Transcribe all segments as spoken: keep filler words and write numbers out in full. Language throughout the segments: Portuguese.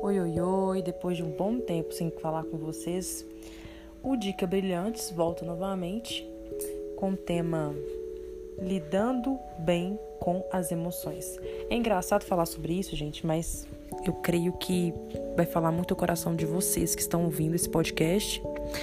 Oi, oi, oi, depois de um bom tempo sem falar com vocês, o Dica Brilhantes volta novamente com o tema Lidando Bem com as Emoções. É engraçado falar sobre isso, gente, mas eu creio que vai falar muito o coração de vocês que estão ouvindo esse podcast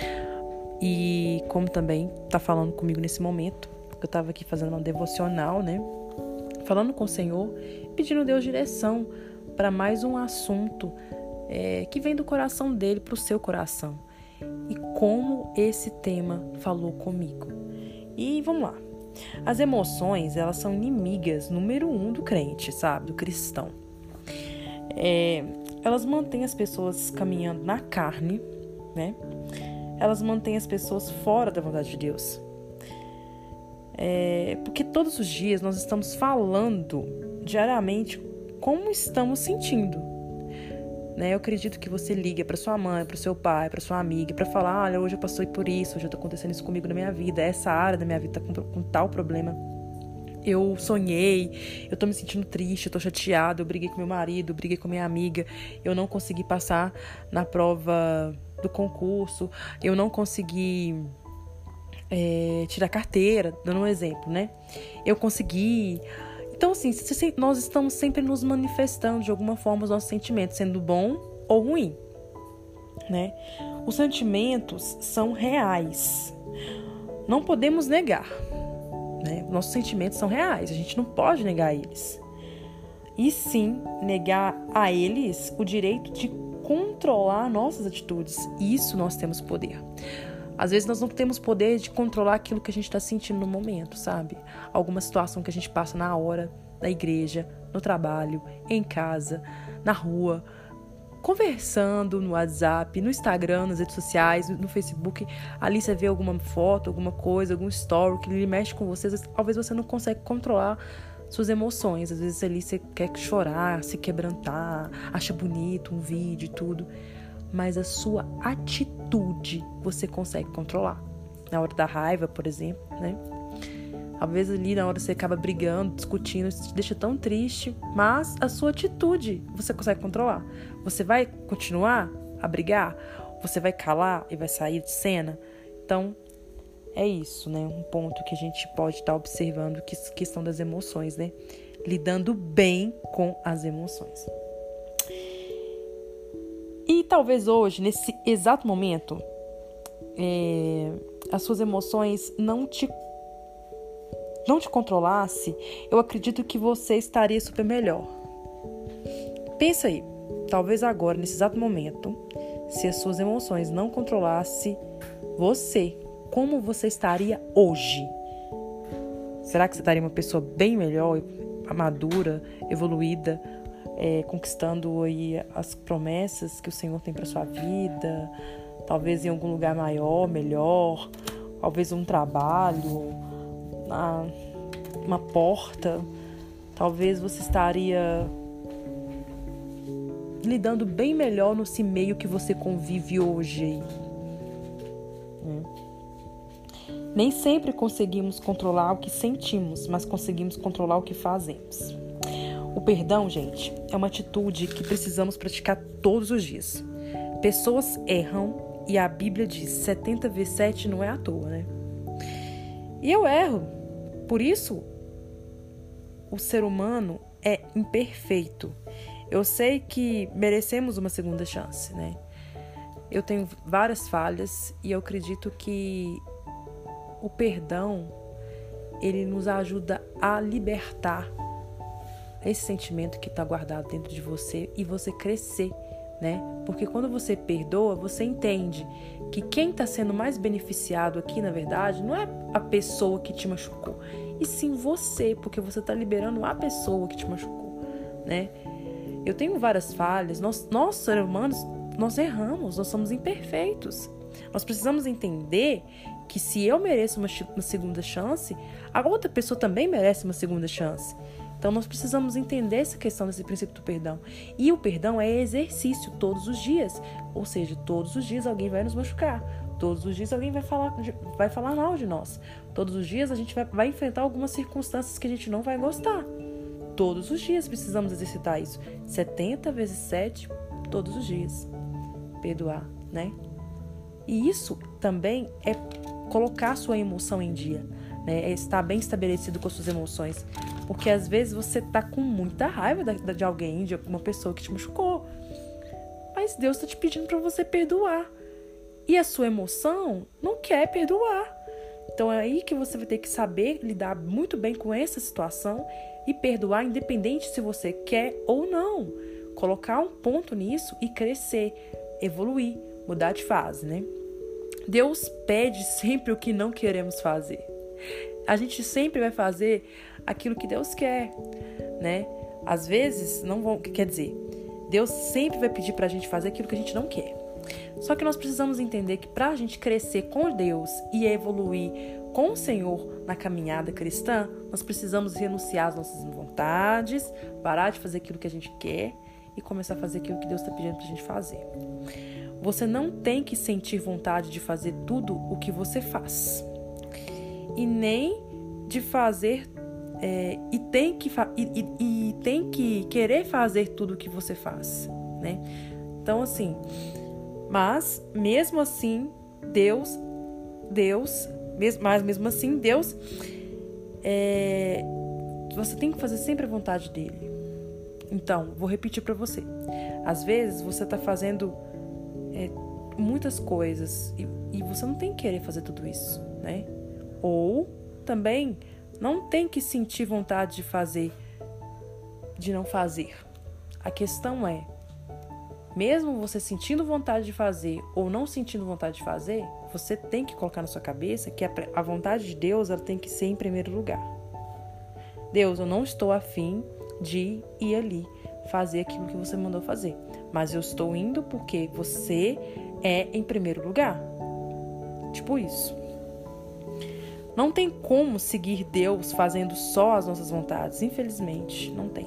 e como também está falando comigo nesse momento, porque eu estava aqui fazendo uma devocional, né? Falando com o Senhor, pedindo a Deus direção para mais um assunto é, que vem do coração dele para o seu coração. E como esse tema falou comigo. E vamos lá. As emoções, elas são inimigas número um do crente, sabe? Do cristão. É, elas mantêm as pessoas caminhando na carne, né? Elas mantêm as pessoas fora da vontade de Deus. É, porque todos os dias nós estamos falando diariamente como estamos sentindo, né? Eu acredito que você liga para sua mãe, para o seu pai, para sua amiga, para falar, olha, hoje eu passei por isso, hoje está acontecendo isso comigo na minha vida, essa área da minha vida está com, com tal problema, eu sonhei, eu tô me sentindo triste, eu tô chateada, eu briguei com meu marido, eu briguei com minha amiga, eu não consegui passar na prova do concurso, eu não consegui é, tirar carteira, dando um exemplo, né? Eu consegui... Então, assim, nós estamos sempre nos manifestando de alguma forma os nossos sentimentos, sendo bom ou ruim, né? Os sentimentos são reais. Não podemos negar, né? Nossos sentimentos são reais, a gente não pode negar eles. E sim, negar a eles o direito de controlar nossas atitudes. Isso nós temos poder. Às vezes nós não temos poder de controlar aquilo que a gente está sentindo no momento, sabe? Alguma situação que a gente passa na hora, na igreja, no trabalho, em casa, na rua, conversando no WhatsApp, no Instagram, nas redes sociais, no Facebook. Ali você vê alguma foto, alguma coisa, algum story que lhe mexe com você. Talvez você não consiga controlar suas emoções. Às vezes ali você quer chorar, se quebrantar, acha bonito um vídeo e tudo. Mas a sua atitude você consegue controlar. Na hora da raiva, por exemplo, né? Às vezes ali na hora você acaba brigando, discutindo, isso te deixa tão triste, mas a sua atitude você consegue controlar. Você vai continuar a brigar? Você vai calar e vai sair de cena? Então, é isso, né? Um ponto que a gente pode estar observando, que é a questão das emoções, né? Lidando bem com as emoções. E talvez hoje, nesse exato momento, é, as suas emoções não te, não te controlasse, eu acredito que você estaria super melhor. Pensa aí, talvez agora, nesse exato momento, se as suas emoções não controlassem você, como você estaria hoje? Será que você estaria uma pessoa bem melhor, madura, evoluída, É, conquistando aí as promessas que o Senhor tem para sua vida, talvez em algum lugar maior, melhor, talvez um trabalho, uma, uma porta, talvez você estaria lidando bem melhor nesse meio que você convive hoje. Hum. Nem sempre conseguimos controlar o que sentimos, mas conseguimos controlar o que fazemos. O perdão, gente, é uma atitude que precisamos praticar todos os dias. Pessoas erram e a Bíblia diz setenta vezes sete não é à toa, né? E eu erro. Por isso, o ser humano é imperfeito. Eu sei que merecemos uma segunda chance, né? Eu tenho várias falhas e eu acredito que o perdão, ele nos ajuda a libertar esse sentimento que está guardado dentro de você e você crescer, né? Porque quando você perdoa, você entende que quem está sendo mais beneficiado aqui, na verdade, não é a pessoa que te machucou, e sim você, porque você está liberando a pessoa que te machucou, né? Eu tenho várias falhas, nós, nós seres humanos, nós erramos, nós somos imperfeitos. Nós precisamos entender que se eu mereço uma, uma segunda chance, a outra pessoa também merece uma segunda chance. Então, nós precisamos entender essa questão desse princípio do perdão. E o perdão é exercício todos os dias. Ou seja, todos os dias alguém vai nos machucar. Todos os dias alguém vai falar, vai falar mal de nós. Todos os dias a gente vai, vai enfrentar algumas circunstâncias que a gente não vai gostar. Todos os dias precisamos exercitar isso. setenta vezes sete todos os dias. Perdoar, né? E isso também é colocar sua emoção em dia, né? É estar bem estabelecido com as suas emoções. Porque às vezes você tá com muita raiva de alguém, de alguma pessoa que te machucou. Mas Deus tá te pedindo para você perdoar. E a sua emoção não quer perdoar. Então é aí que você vai ter que saber lidar muito bem com essa situação e perdoar, independente se você quer ou não. Colocar um ponto nisso e crescer, evoluir, mudar de fase, né? Deus pede sempre o que não queremos fazer. A gente sempre vai fazer aquilo que Deus quer, né? Às vezes, não vão, quer dizer, Deus sempre vai pedir pra gente fazer aquilo que a gente não quer. Só que nós precisamos entender que pra gente crescer com Deus e evoluir com o Senhor na caminhada cristã, nós precisamos renunciar às nossas vontades, parar de fazer aquilo que a gente quer e começar a fazer aquilo que Deus está pedindo pra gente fazer. Você não tem que sentir vontade de fazer tudo o que você faz. E nem de fazer é, e, tem que fa- e, e, e tem que querer fazer tudo o que você faz, né? Então, assim, mas mesmo assim, Deus, Deus, mas mesmo assim, Deus, é, você tem que fazer sempre a vontade dele. Então, vou repetir para você. Às vezes, você tá fazendo é, muitas coisas e, e você não tem que querer fazer tudo isso, né? Ou também não tem que sentir vontade de fazer, de não fazer. A questão é, mesmo você sentindo vontade de fazer ou não sentindo vontade de fazer, você tem que colocar na sua cabeça que a, a vontade de Deus, ela tem que ser em primeiro lugar. Deus, eu não estou afim de ir ali fazer aquilo que você mandou fazer, mas eu estou indo porque você é em primeiro lugar. Tipo isso. Não tem como seguir Deus fazendo só as nossas vontades, infelizmente, não tem.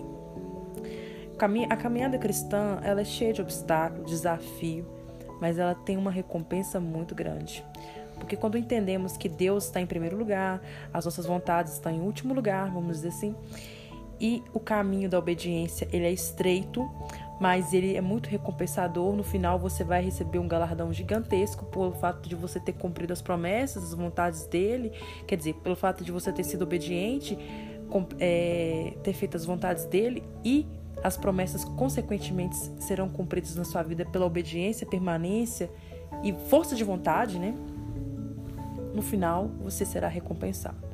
A caminhada cristã, ela é cheia de obstáculos, desafio, mas ela tem uma recompensa muito grande. Porque quando entendemos que Deus está em primeiro lugar, as nossas vontades estão em último lugar, vamos dizer assim, e o caminho da obediência, ele é estreito, mas ele é muito recompensador. No final você vai receber um galardão gigantesco pelo fato de você ter cumprido as promessas, as vontades dele, quer dizer, pelo fato de você ter sido obediente, é, ter feito as vontades dele, e as promessas consequentemente serão cumpridas na sua vida pela obediência, permanência e força de vontade, né? No final você será recompensado.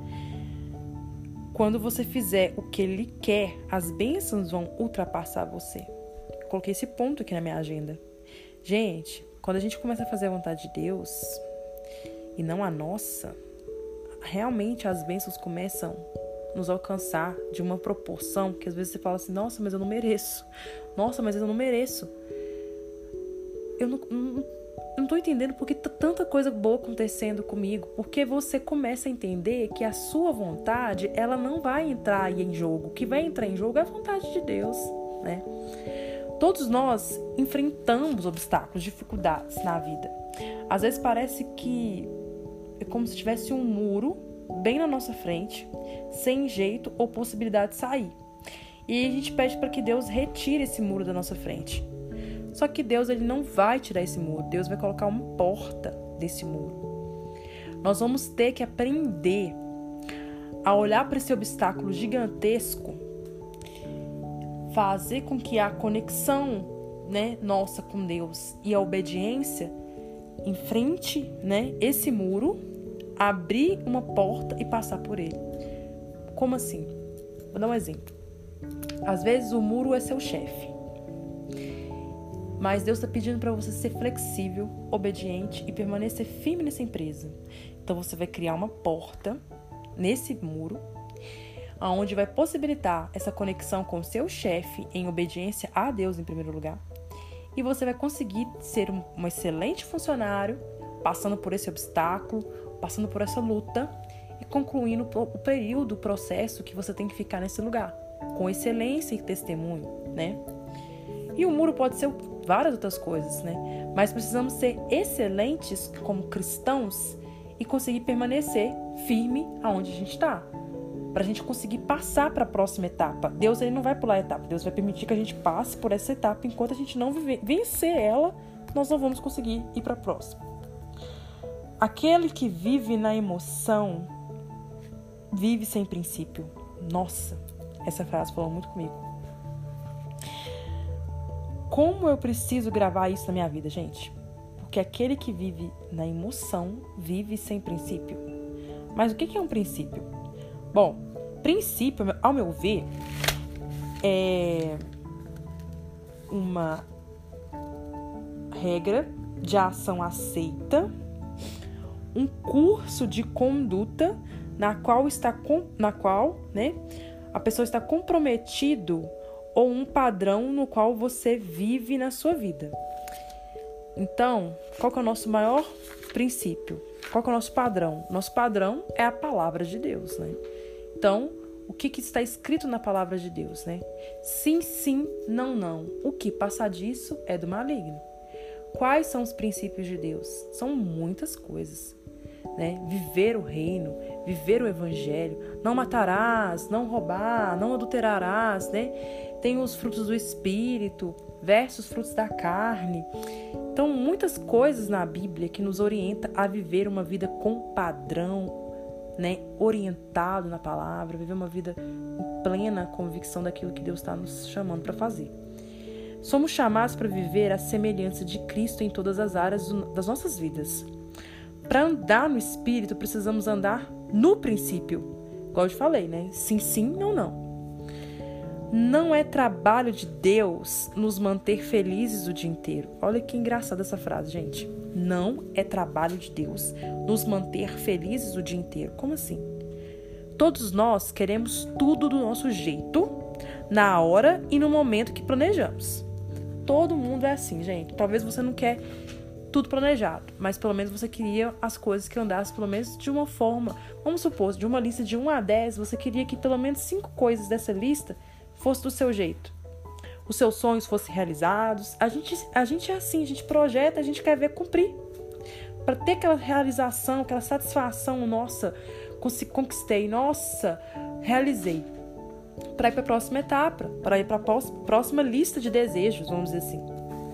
Quando você fizer o que ele quer, as bênçãos vão ultrapassar você. Coloquei esse ponto aqui na minha agenda. Gente, quando a gente começa a fazer a vontade de Deus e não a nossa, realmente as bênçãos começam a nos alcançar de uma proporção que às vezes você fala assim, nossa, mas eu não mereço. Nossa, mas eu não mereço. Eu não... não Eu não tô entendendo porque tá tanta coisa boa acontecendo comigo. Porque você começa a entender que a sua vontade, ela não vai entrar aí em jogo. O que vai entrar em jogo é a vontade de Deus, né? Todos nós enfrentamos obstáculos, dificuldades na vida. Às vezes parece que é como se tivesse um muro bem na nossa frente, sem jeito ou possibilidade de sair. E a gente pede para que Deus retire esse muro da nossa frente. Só que Deus, ele não vai tirar esse muro. Deus vai colocar uma porta desse muro. Nós vamos ter que aprender a olhar para esse obstáculo gigantesco, fazer com que a conexão, né, nossa com Deus e a obediência enfrente, né, esse muro, abrir uma porta e passar por ele. Como assim? Vou dar um exemplo. Às vezes o muro é seu chefe. Mas Deus está pedindo para você ser flexível, obediente e permanecer firme nessa empresa. Então você vai criar uma porta nesse muro, onde vai possibilitar essa conexão com o seu chefe em obediência a Deus em primeiro lugar. E você vai conseguir ser um, um excelente funcionário, passando por esse obstáculo, passando por essa luta e concluindo o período, o processo que você tem que ficar nesse lugar, com excelência e testemunho, né? E o muro pode ser várias outras coisas, né? Mas precisamos ser excelentes como cristãos e conseguir permanecer firme aonde a gente está. para a gente conseguir passar para a próxima etapa. Deus ele não vai pular a etapa, Deus vai permitir que a gente passe por essa etapa. Enquanto a gente não viver, vencer ela, nós não vamos conseguir ir para a próxima. Aquele que vive na emoção vive sem princípio. Nossa, essa frase falou muito comigo. Como eu preciso gravar isso na minha vida, gente? Porque aquele que vive na emoção vive sem princípio. Mas o que é um princípio? Bom, princípio, ao meu ver, é uma regra de ação aceita, um curso de conduta na qual está na qual, né, a pessoa está comprometido, ou um padrão no qual você vive na sua vida. Então, qual que é o nosso maior princípio? Qual que é o nosso padrão? Nosso padrão é a palavra de Deus, né? Então, o que, que está escrito na palavra de Deus, né? Sim, sim, não, não. O que passar disso é do maligno. Quais são os princípios de Deus? São muitas coisas, né? Viver o reino, viver o evangelho, não matarás, não roubar, não adulterarás, né? Tem os frutos do espírito versus frutos da carne. Então, muitas coisas na Bíblia que nos orientam a viver uma vida com padrão, né? Orientado na palavra, viver uma vida em plena convicção daquilo que Deus está nos chamando para fazer. Somos chamados para viver a semelhança de Cristo em todas as áreas das nossas vidas. Para andar no Espírito, precisamos andar no princípio. Igual eu te falei, né? Sim, sim, não, não. Não é trabalho de Deus nos manter felizes o dia inteiro. Olha que engraçada essa frase, gente. Não é trabalho de Deus nos manter felizes o dia inteiro. Como assim? Todos nós queremos tudo do nosso jeito, na hora e no momento que planejamos. Todo mundo é assim, gente. Talvez você não quer tudo planejado, mas pelo menos você queria as coisas que andassem pelo menos de uma forma. Vamos supor, de uma lista de um a dez, você queria que pelo menos cinco coisas dessa lista fosse do seu jeito. Os seus sonhos fossem realizados. A gente, a gente é assim, a gente projeta, a gente quer ver cumprir. Para ter aquela realização, aquela satisfação, nossa, conquistei, nossa, realizei. Para ir para a próxima etapa, para ir para a próxima lista de desejos, vamos dizer assim.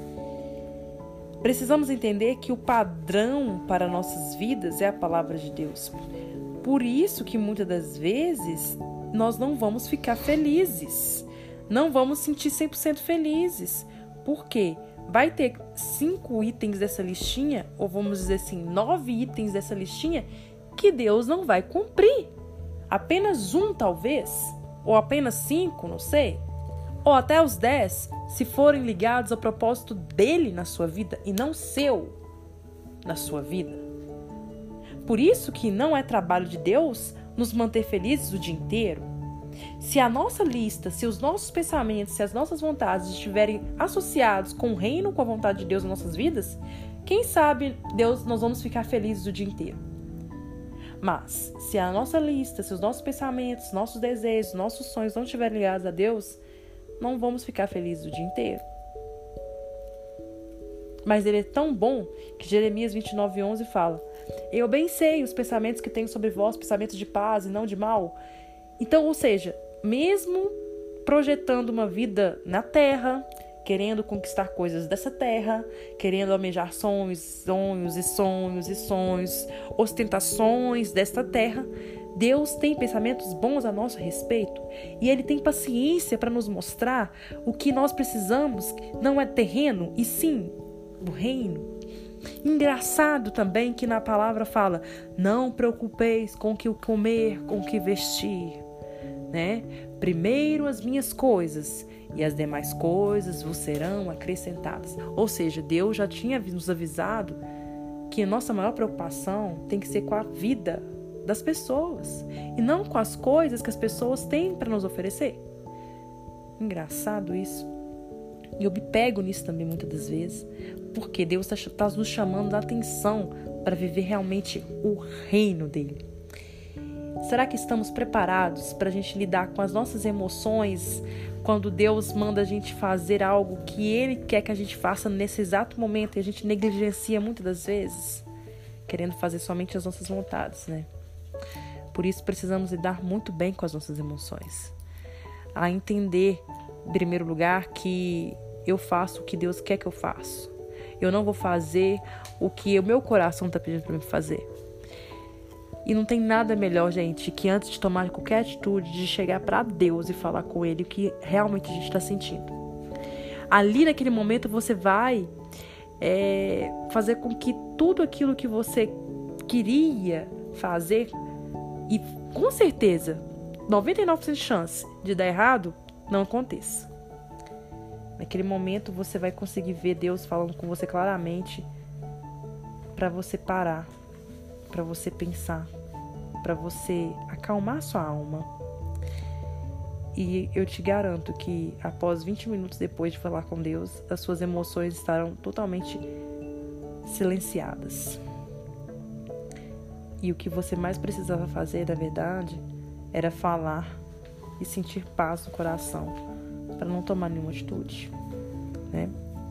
Precisamos entender que o padrão para nossas vidas é a palavra de Deus. Por isso que muitas das vezes nós não vamos ficar felizes. Não vamos sentir cem por cento felizes. Por quê? Vai ter cinco itens dessa listinha, ou vamos dizer assim, nove itens dessa listinha, que Deus não vai cumprir. Apenas um, talvez. Ou apenas cinco, não sei. Ou até os dez, se forem ligados ao propósito dele na sua vida e não seu na sua vida. Por isso que não é trabalho de Deus nos manter felizes o dia inteiro. Se a nossa lista, se os nossos pensamentos, se as nossas vontades estiverem associados com o reino, com a vontade de Deus nas nossas vidas, quem sabe Deus, nós vamos ficar felizes o dia inteiro. Mas, se a nossa lista, se os nossos pensamentos, nossos desejos, nossos sonhos não estiverem ligados a Deus, não vamos ficar felizes o dia inteiro. Mas ele é tão bom que Jeremias vinte e nove, onze fala: eu bem sei os pensamentos que tenho sobre vós, pensamentos de paz e não de mal. Então, ou seja, mesmo projetando uma vida na terra, querendo conquistar coisas dessa terra, querendo almejar sonhos, sonhos e sonhos e sonhos, ostentações desta terra, Deus tem pensamentos bons a nosso respeito e Ele tem paciência para nos mostrar o que nós precisamos, não é terreno, e sim o reino. Engraçado também que na palavra fala: não preocupeis com o que comer, com o que vestir, né? Primeiro as minhas coisas e as demais coisas vos serão acrescentadas. Ou seja, Deus já tinha nos avisado que a nossa maior preocupação tem que ser com a vida das pessoas e não com as coisas que as pessoas têm para nos oferecer. Engraçado isso. E eu me pego nisso também muitas das vezes, porque Deus está tá nos chamando a atenção para viver realmente o reino dele. Será que estamos preparados para a gente lidar com as nossas emoções quando Deus manda a gente fazer algo que Ele quer que a gente faça nesse exato momento e a gente negligencia muitas das vezes, querendo fazer somente as nossas vontades, né? Por isso precisamos lidar muito bem com as nossas emoções. A entender, em primeiro lugar, que eu faço o que Deus quer que eu faça. Eu não vou fazer o que o meu coração está pedindo para mim fazer. E não tem nada melhor, gente, que antes de tomar qualquer atitude, de chegar para Deus e falar com Ele o que realmente a gente está sentindo. Ali, naquele momento, você vai é, fazer com que tudo aquilo que você queria fazer, e com certeza, noventa e nove por cento de chance de dar errado, não aconteça. Naquele momento, você vai conseguir ver Deus falando com você claramente para você parar, para você pensar, para você acalmar sua alma. E eu te garanto que após vinte minutos depois de falar com Deus, as suas emoções estarão totalmente silenciadas. E o que você mais precisava fazer, na verdade, era falar e sentir paz no coração, para não tomar nenhuma atitude, né?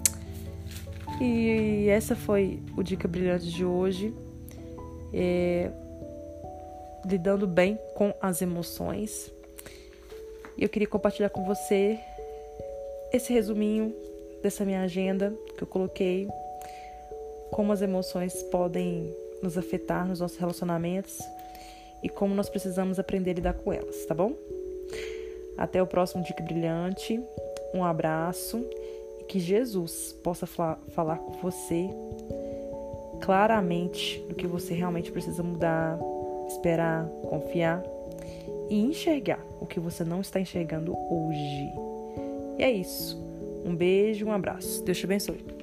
E essa foi o Dica Brilhante de hoje. É, lidando bem com as emoções. Eu queria compartilhar com você esse resuminho dessa minha agenda que eu coloquei, como as emoções podem nos afetar nos nossos relacionamentos e como nós precisamos aprender a lidar com elas, tá bom? Até o próximo Dica Brilhante. Um abraço e que Jesus possa fala- falar com você claramente do que você realmente precisa mudar, esperar, confiar e enxergar o que você não está enxergando hoje. E é isso. Um beijo, um abraço. Deus te abençoe.